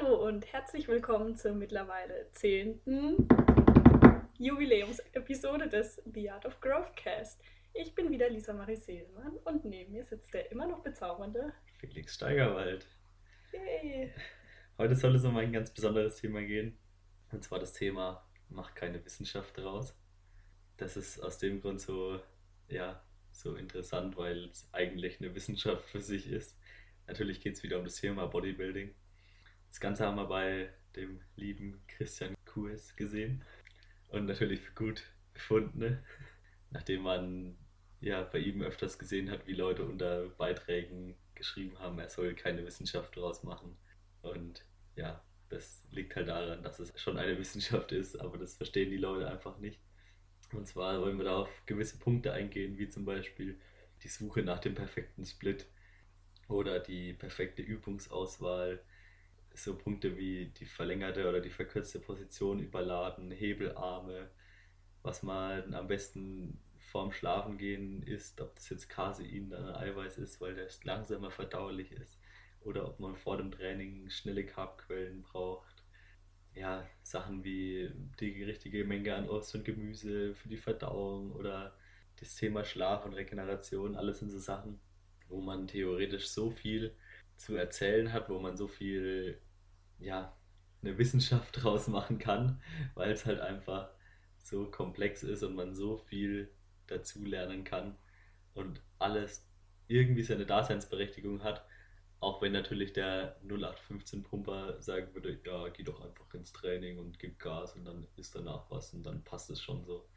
Hallo und herzlich willkommen zur mittlerweile 10. Jubiläumsepisode des The Art of Growth Cast. Ich bin wieder Lisa Marie Seelmann und neben mir sitzt der immer noch bezaubernde Felix Steigerwald. Yay. Heute soll es um ein ganz besonderes Thema gehen. Und zwar das Thema, mach keine Wissenschaft draus. Das ist aus dem Grund so interessant, weil es eigentlich eine Wissenschaft für sich ist. Natürlich geht es wieder um das Thema Bodybuilding. Das Ganze haben wir bei dem lieben Christian Kues gesehen und natürlich für gut befunden, ne? Nachdem man bei ihm öfters gesehen hat, wie Leute unter Beiträgen geschrieben haben, er soll keine Wissenschaft draus machen. Und ja, das liegt halt daran, dass es schon eine Wissenschaft ist, aber das verstehen die Leute einfach nicht. Und zwar wollen wir da auf gewisse Punkte eingehen, wie zum Beispiel die Suche nach dem perfekten Split oder die perfekte Übungsauswahl. So Punkte wie die verlängerte oder die verkürzte Position überladen, Hebelarme, was man am besten vorm Schlafengehen isst, ob das jetzt Casein oder Eiweiß ist, weil das langsamer verdaulich ist, oder ob man vor dem Training schnelle Carbquellen braucht. Ja, Sachen wie die richtige Menge an Obst und Gemüse für die Verdauung oder das Thema Schlaf und Regeneration, alles sind so Sachen, wo man theoretisch so viel zu erzählen hat, wo man so viel, ja, eine Wissenschaft draus machen kann, weil es halt einfach so komplex ist und man so viel dazu lernen kann und alles irgendwie seine Daseinsberechtigung hat, auch wenn natürlich der 0815-Pumper sagen würde, ja, geh doch einfach ins Training und gib Gas und dann ist danach was und dann passt es schon so.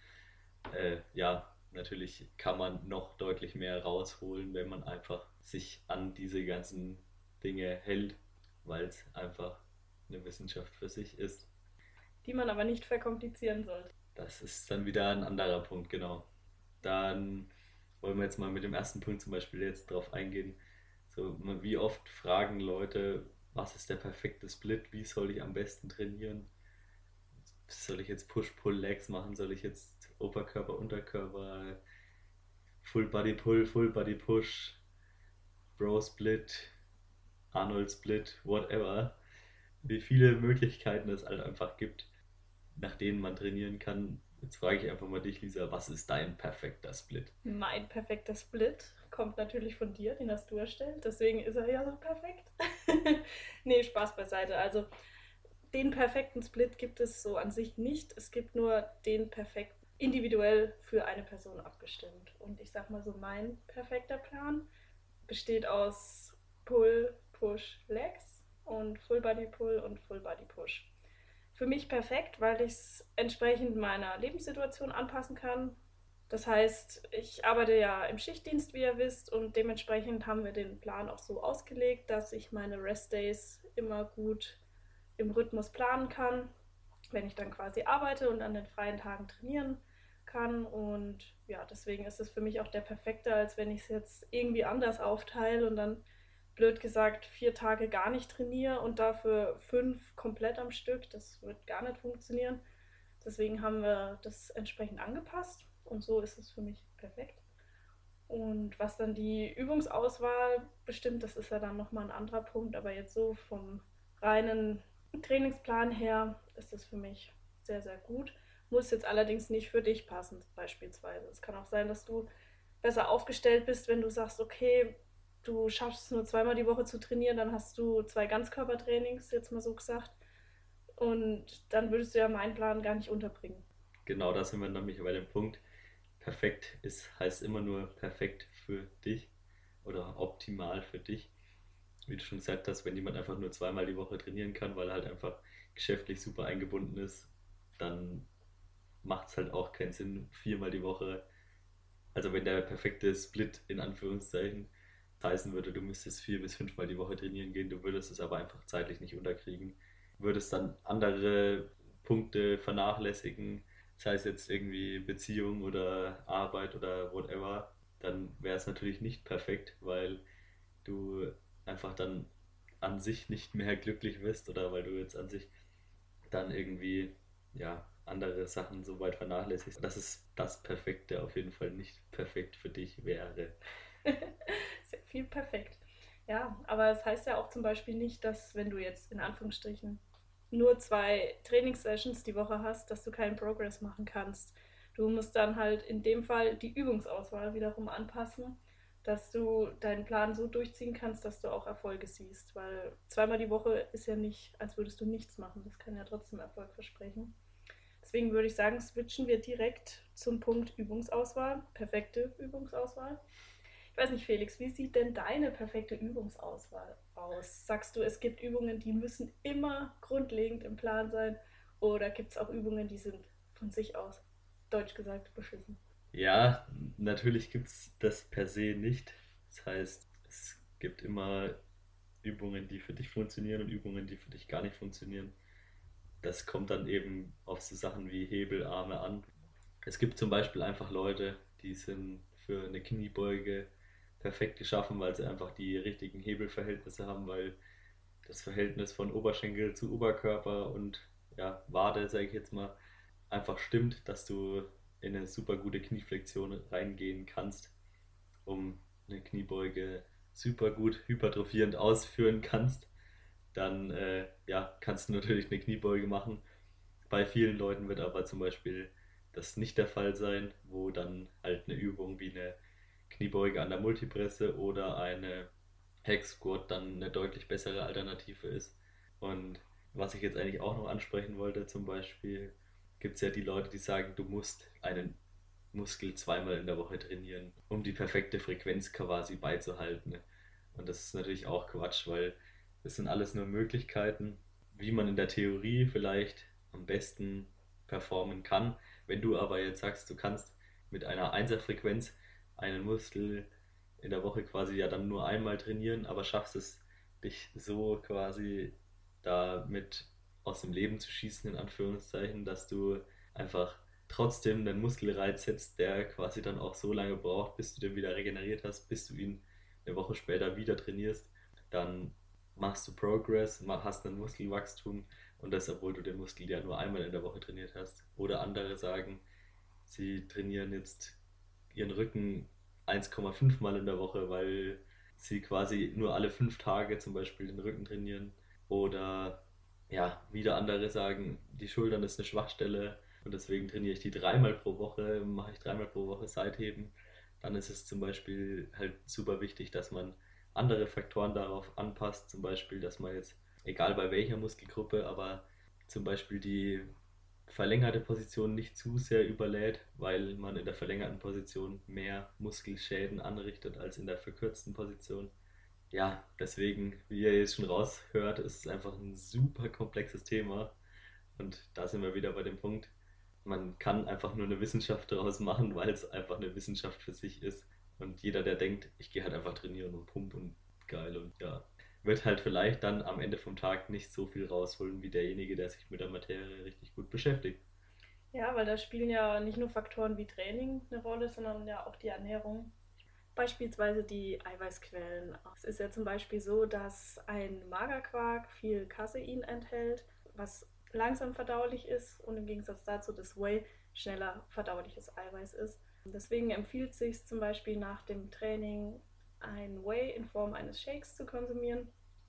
Ja, natürlich kann man noch deutlich mehr rausholen, wenn man einfach sich an diese ganzen Dinge hält, weil es einfach eine Wissenschaft für sich ist. Die man aber nicht verkomplizieren sollte. Das ist dann wieder ein anderer Punkt, genau. Dann wollen wir jetzt mal mit dem ersten Punkt zum Beispiel jetzt drauf eingehen. So, wie oft fragen Leute, was ist der perfekte Split? Wie soll ich am besten trainieren? Soll ich jetzt Push-Pull-Legs machen? Soll ich jetzt Oberkörper, Unterkörper, Full Body Pull, Full Body Push, Bro Split, Arnold Split, whatever? Wie viele Möglichkeiten es halt einfach gibt, nach denen man trainieren kann. Jetzt frage ich einfach mal dich, Lisa, was ist dein perfekter Split? Mein perfekter Split kommt natürlich von dir, den hast du erstellt, deswegen ist er ja so perfekt. Nee, Spaß beiseite. Also den perfekten Split gibt es so an sich nicht. Es gibt nur den perfekten, individuell für eine Person abgestimmt. Und ich sag mal so, mein perfekter Plan besteht aus Pull, Push, Legs und Full Body Pull und Full Body Push. Für mich perfekt, weil ich es entsprechend meiner Lebenssituation anpassen kann. Das heißt, ich arbeite ja im Schichtdienst, wie ihr wisst, und dementsprechend haben wir den Plan auch so ausgelegt, dass ich meine Restdays immer gut im Rhythmus planen kann, wenn ich dann quasi arbeite und an den freien Tagen trainieren kann. Und ja, deswegen ist es für mich auch der perfekte, als wenn ich es jetzt irgendwie anders aufteile und dann blöd gesagt 4 Tage gar nicht trainiere und dafür 5 komplett am Stück. Das wird gar nicht funktionieren. Deswegen haben wir das entsprechend angepasst und so ist es für mich perfekt. Und was dann die Übungsauswahl bestimmt, das ist ja dann nochmal ein anderer Punkt, aber jetzt so vom reinen Trainingsplan her ist das für mich sehr, sehr gut. Muss jetzt allerdings nicht für dich passen, beispielsweise. Es kann auch sein, dass du besser aufgestellt bist, wenn du sagst, okay, du schaffst es nur zweimal die Woche zu trainieren, dann hast du 2 Ganzkörpertrainings, jetzt mal so gesagt. Und dann würdest du ja meinen Plan gar nicht unterbringen. Genau, da sind wir nämlich bei dem Punkt. Perfekt heißt immer nur perfekt für dich oder optimal für dich. Wie du schon gesagt hast, wenn jemand einfach nur zweimal die Woche trainieren kann, weil er halt einfach geschäftlich super eingebunden ist, dann macht es halt auch keinen Sinn, viermal die Woche. Also wenn der perfekte Split in Anführungszeichen heißen würde, du müsstest 4 bis 5 Mal die Woche trainieren gehen, du würdest es aber einfach zeitlich nicht unterkriegen, würdest dann andere Punkte vernachlässigen, sei es jetzt irgendwie Beziehung oder Arbeit oder whatever, dann wäre es natürlich nicht perfekt, weil du einfach dann an sich nicht mehr glücklich wirst oder weil du jetzt an sich dann irgendwie andere Sachen so weit vernachlässigst, dass es das Perfekte auf jeden Fall nicht perfekt für dich wäre. Sehr viel perfekt. Ja, aber es heißt ja auch zum Beispiel nicht, dass wenn du jetzt in Anführungsstrichen nur 2 Trainingssessions die Woche hast, dass du keinen Progress machen kannst. Du musst dann halt in dem Fall die Übungsauswahl wiederum anpassen, dass du deinen Plan so durchziehen kannst, dass du auch Erfolge siehst. Weil zweimal die Woche ist ja nicht, als würdest du nichts machen. Das kann ja trotzdem Erfolg versprechen. Deswegen würde ich sagen, switchen wir direkt zum Punkt Übungsauswahl. Perfekte Übungsauswahl. Ich weiß nicht, Felix, wie sieht denn deine perfekte Übungsauswahl aus? Sagst du, es gibt Übungen, die müssen immer grundlegend im Plan sein? Oder gibt es auch Übungen, die sind von sich aus, deutsch gesagt, beschissen? Ja, natürlich gibt es das per se nicht. Das heißt, es gibt immer Übungen, die für dich funktionieren und Übungen, die für dich gar nicht funktionieren. Das kommt dann eben auf so Sachen wie Hebelarme an. Es gibt zum Beispiel einfach Leute, die sind für eine Kniebeuge perfekt geschaffen, weil sie einfach die richtigen Hebelverhältnisse haben, weil das Verhältnis von Oberschenkel zu Oberkörper und ja, Wade, sage ich jetzt mal, einfach stimmt, dass du in eine super gute Knieflexion reingehen kannst, um eine Kniebeuge super gut hypertrophierend ausführen kannst. Dann ja, kannst du natürlich eine Kniebeuge machen. Bei vielen Leuten wird aber zum Beispiel das nicht der Fall sein, wo dann halt eine Übung wie eine Kniebeuge an der Multipresse oder eine Hack Squat dann eine deutlich bessere Alternative ist. Und was ich jetzt eigentlich auch noch ansprechen wollte, zum Beispiel gibt es ja die Leute, die sagen, du musst einen Muskel zweimal in der Woche trainieren, um die perfekte Frequenz quasi beizuhalten. Und das ist natürlich auch Quatsch, weil das sind alles nur Möglichkeiten, wie man in der Theorie vielleicht am besten performen kann. Wenn du aber jetzt sagst, du kannst mit einer Einserfrequenz einen Muskel in der Woche quasi ja dann nur einmal trainieren, aber schaffst es, dich so quasi damit aus dem Leben zu schießen, in Anführungszeichen, dass du einfach trotzdem einen Muskelreiz setzt, der quasi dann auch so lange braucht, bis du den wieder regeneriert hast, bis du ihn eine Woche später wieder trainierst, dann machst du Progress, hast ein Muskelwachstum und das, obwohl du den Muskel ja nur einmal in der Woche trainiert hast. Oder andere sagen, sie trainieren jetzt ihren Rücken 1,5 Mal in der Woche, weil sie quasi nur alle 5 Tage zum Beispiel den Rücken trainieren. Oder ja, wieder andere sagen, die Schultern ist eine Schwachstelle und deswegen trainiere ich die dreimal pro Woche, mache ich dreimal pro Woche Seitheben. Dann ist es zum Beispiel halt super wichtig, dass man andere Faktoren darauf anpasst, zum Beispiel, dass man jetzt, egal bei welcher Muskelgruppe, aber zum Beispiel die verlängerte Position nicht zu sehr überlädt, weil man in der verlängerten Position mehr Muskelschäden anrichtet als in der verkürzten Position. Ja, deswegen, wie ihr jetzt schon raushört, ist es einfach ein super komplexes Thema. Und da sind wir wieder bei dem Punkt, man kann einfach nur eine Wissenschaft daraus machen, weil es einfach eine Wissenschaft für sich ist. Und jeder, der denkt, ich gehe halt einfach trainieren und pump und geil und ja, wird halt vielleicht dann am Ende vom Tag nicht so viel rausholen wie derjenige, der sich mit der Materie richtig gut beschäftigt. Ja, weil da spielen ja nicht nur Faktoren wie Training eine Rolle, sondern ja auch die Ernährung. Beispielsweise die Eiweißquellen. Es ist ja zum Beispiel so, dass ein Magerquark viel Casein enthält, was langsam verdaulich ist und im Gegensatz dazu das Whey schneller verdauliches Eiweiß ist. Deswegen empfiehlt es sich zum Beispiel nach dem Training ein Whey in Form eines Shakes zu konsumieren,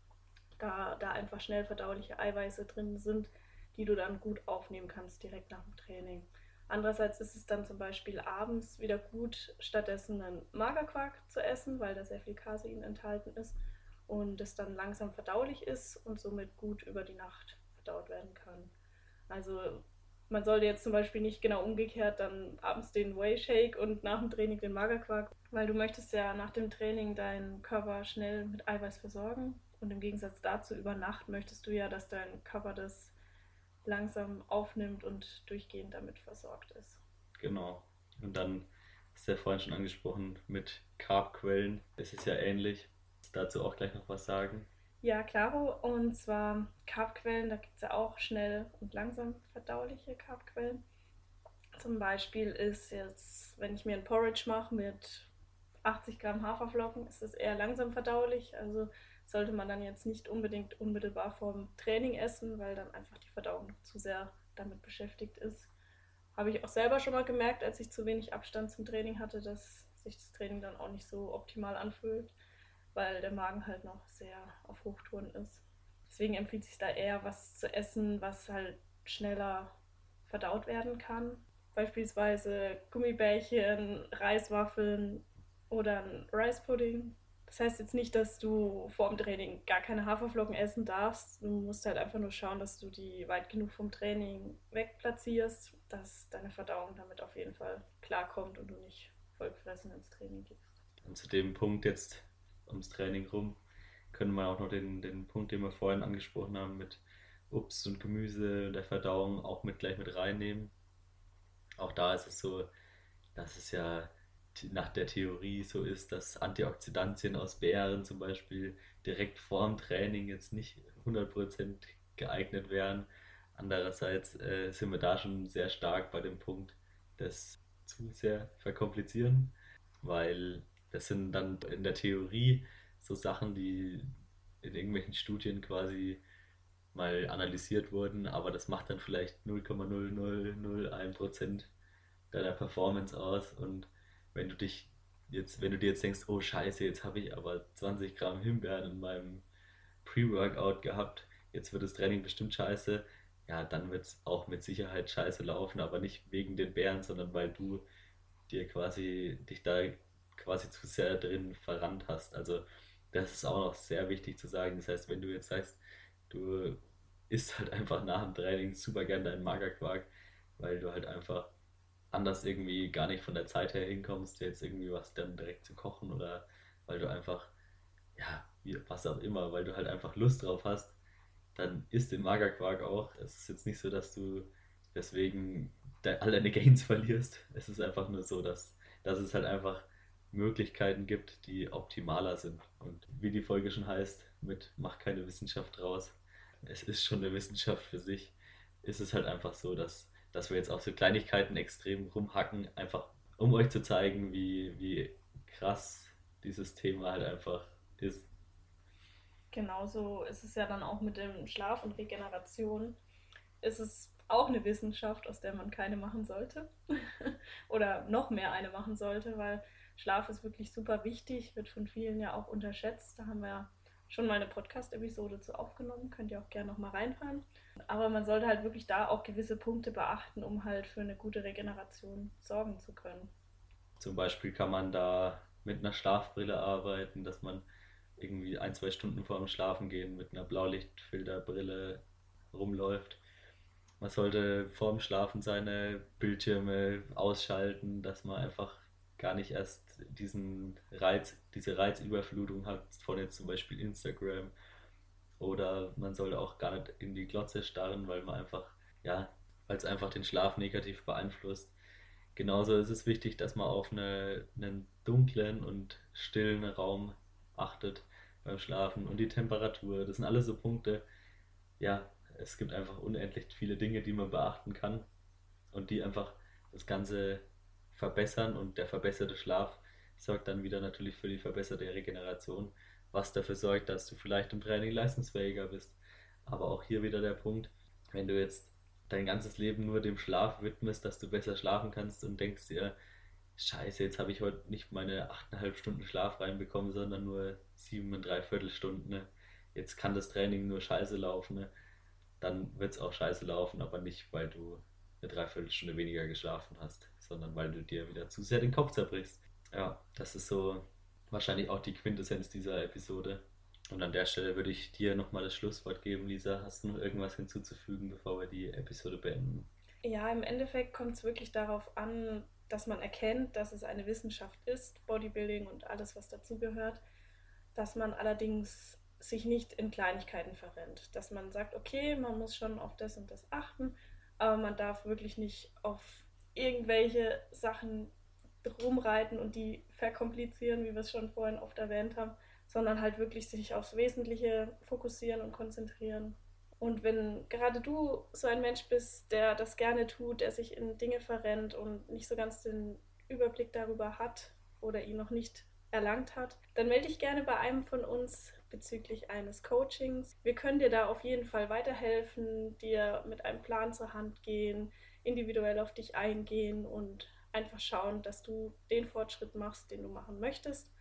da einfach schnell verdauliche Eiweiße drin sind, die du dann gut aufnehmen kannst direkt nach dem Training. Andererseits ist es dann zum Beispiel abends wieder gut, stattdessen einen Magerquark zu essen, weil da sehr viel Casein enthalten ist und es dann langsam verdaulich ist und somit gut über die Nacht verdaut werden kann. Also man sollte jetzt zum Beispiel nicht genau umgekehrt dann abends den Whey Shake und nach dem Training den Magerquark, weil du möchtest ja nach dem Training deinen Körper schnell mit Eiweiß versorgen und im Gegensatz dazu über Nacht möchtest du ja, dass dein Körper das langsam aufnimmt und durchgehend damit versorgt ist. Genau. Und dann ist ja vorhin schon angesprochen mit Carbquellen. Es ist ja ähnlich. Dazu auch gleich noch was sagen. Ja, klaro. Und zwar Carbquellen, da gibt es ja auch schnell und langsam verdauliche Carbquellen. Zum Beispiel ist jetzt, wenn ich mir ein Porridge mache mit 80 Gramm Haferflocken, ist es eher langsam verdaulich. Also sollte man dann jetzt nicht unbedingt unmittelbar vorm Training essen, weil dann einfach die Verdauung noch zu sehr damit beschäftigt ist. Habe ich auch selber schon mal gemerkt, als ich zu wenig Abstand zum Training hatte, dass sich das Training dann auch nicht so optimal anfühlt. weil der Magen halt noch sehr auf Hochtouren ist. Deswegen empfiehlt es sich da eher was zu essen, was halt schneller verdaut werden kann. Beispielsweise Gummibärchen, Reiswaffeln oder ein Rice Pudding. Das heißt jetzt nicht, dass du vor dem Training gar keine Haferflocken essen darfst. Du musst halt einfach nur schauen, dass du die weit genug vom Training wegplatzierst, dass deine Verdauung damit auf jeden Fall klarkommt und du nicht vollgefressen ins Training gehst. Und zu dem Punkt jetzt ums Training rum können wir auch noch den Punkt, den wir vorhin angesprochen haben, mit Obst und Gemüse und der Verdauung auch gleich mit reinnehmen. Auch da ist es so, dass es ja nach der Theorie so ist, dass Antioxidantien aus Beeren zum Beispiel direkt vorm Training jetzt nicht 100% geeignet wären. Andererseits sind wir da schon sehr stark bei dem Punkt, das zu sehr verkomplizieren, weil das sind dann in der Theorie so Sachen, die in irgendwelchen Studien quasi mal analysiert wurden, aber das macht dann vielleicht 0,0001% deiner Performance aus. Und wenn du dir jetzt denkst, oh Scheiße, jetzt habe ich aber 20 Gramm Himbeeren in meinem Pre-Workout gehabt, jetzt wird das Training bestimmt scheiße, ja, dann wird es auch mit Sicherheit scheiße laufen, aber nicht wegen den Beeren, sondern weil du dich da quasi zu sehr drin verrannt hast. Also das ist auch noch sehr wichtig zu sagen. Das heißt, wenn du jetzt sagst, du isst halt einfach nach dem Training super gern deinen Magerquark, weil du halt einfach anders irgendwie gar nicht von der Zeit her hinkommst, jetzt irgendwie was dann direkt zu kochen oder weil du einfach, ja, was auch immer, weil du halt einfach Lust drauf hast, dann isst den Magerquark auch. Es ist jetzt nicht so, dass du deswegen all deine Gains verlierst. Es ist einfach nur so, dass es halt einfach Möglichkeiten gibt, die optimaler sind. Und wie die Folge schon heißt, mit mach keine Wissenschaft draus. Es ist schon eine Wissenschaft für sich. Ist es halt einfach so, dass wir jetzt auf so Kleinigkeiten extrem rumhacken, einfach um euch zu zeigen, wie krass dieses Thema halt einfach ist. Genauso ist es ja dann auch mit dem Schlaf und Regeneration. Ist es auch eine Wissenschaft, aus der man keine machen sollte. Oder noch mehr eine machen sollte, weil Schlaf ist wirklich super wichtig, wird von vielen ja auch unterschätzt. Da haben wir ja schon mal eine Podcast-Episode zu aufgenommen, könnt ihr auch gerne noch mal reinhören. Aber man sollte halt wirklich da auch gewisse Punkte beachten, um halt für eine gute Regeneration sorgen zu können. Zum Beispiel kann man da mit einer Schlafbrille arbeiten, dass man irgendwie 1, 2 Stunden vor dem Schlafengehen mit einer Blaulichtfilterbrille rumläuft. Man sollte vorm Schlafen seine Bildschirme ausschalten, dass man einfach gar nicht erst diese Reizüberflutung hat von jetzt zum Beispiel Instagram. Oder man sollte auch gar nicht in die Glotze starren, ja, weil es einfach den Schlaf negativ beeinflusst. Genauso ist es wichtig, dass man auf einen dunklen und stillen Raum achtet beim Schlafen und die Temperatur. Das sind alles so Punkte, ja, es gibt einfach unendlich viele Dinge, die man beachten kann und die einfach das Ganze verbessern und der verbesserte Schlaf sorgt dann wieder natürlich für die verbesserte Regeneration, was dafür sorgt, dass du vielleicht im Training leistungsfähiger bist. Aber auch hier wieder der Punkt, wenn du jetzt dein ganzes Leben nur dem Schlaf widmest, dass du besser schlafen kannst und denkst dir, Scheiße, jetzt habe ich heute nicht meine 8,5 Stunden Schlaf reinbekommen, sondern nur 7,75 Stunden. Ne? Jetzt kann das Training nur scheiße laufen. Ne? Dann wird es auch scheiße laufen, aber nicht, weil du eine Dreiviertelstunde weniger geschlafen hast, sondern weil du dir wieder zu sehr den Kopf zerbrichst. Ja, das ist so wahrscheinlich auch die Quintessenz dieser Episode. Und an der Stelle würde ich dir nochmal das Schlusswort geben, Lisa. Hast du noch irgendwas hinzuzufügen, bevor wir die Episode beenden? Ja, im Endeffekt kommt es wirklich darauf an, dass man erkennt, dass es eine Wissenschaft ist, Bodybuilding und alles, was dazugehört, dass man allerdings sich nicht in Kleinigkeiten verrennt. Dass man sagt, okay, man muss schon auf das und das achten, aber man darf wirklich nicht auf irgendwelche Sachen rumreiten und die verkomplizieren, wie wir es schon vorhin oft erwähnt haben, sondern halt wirklich sich aufs Wesentliche fokussieren und konzentrieren. Und wenn gerade du so ein Mensch bist, der das gerne tut, der sich in Dinge verrennt und nicht so ganz den Überblick darüber hat oder ihn noch nicht erlangt hat, dann melde dich gerne bei einem von uns bezüglich eines Coachings. Wir können dir da auf jeden Fall weiterhelfen, dir mit einem Plan zur Hand gehen, individuell auf dich eingehen und einfach schauen, dass du den Fortschritt machst, den du machen möchtest.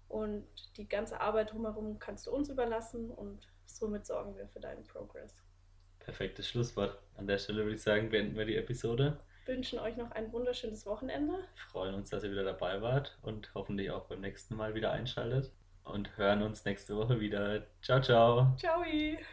Und die ganze Arbeit drumherum kannst du uns überlassen und somit sorgen wir für deinen Progress. Perfektes Schlusswort. An der Stelle würde ich sagen, beenden wir die Episode. Wünschen euch noch ein wunderschönes Wochenende. Freuen uns, dass ihr wieder dabei wart und hoffentlich auch beim nächsten Mal wieder einschaltet. Und hören uns nächste Woche wieder. Ciao, ciao. Ciao!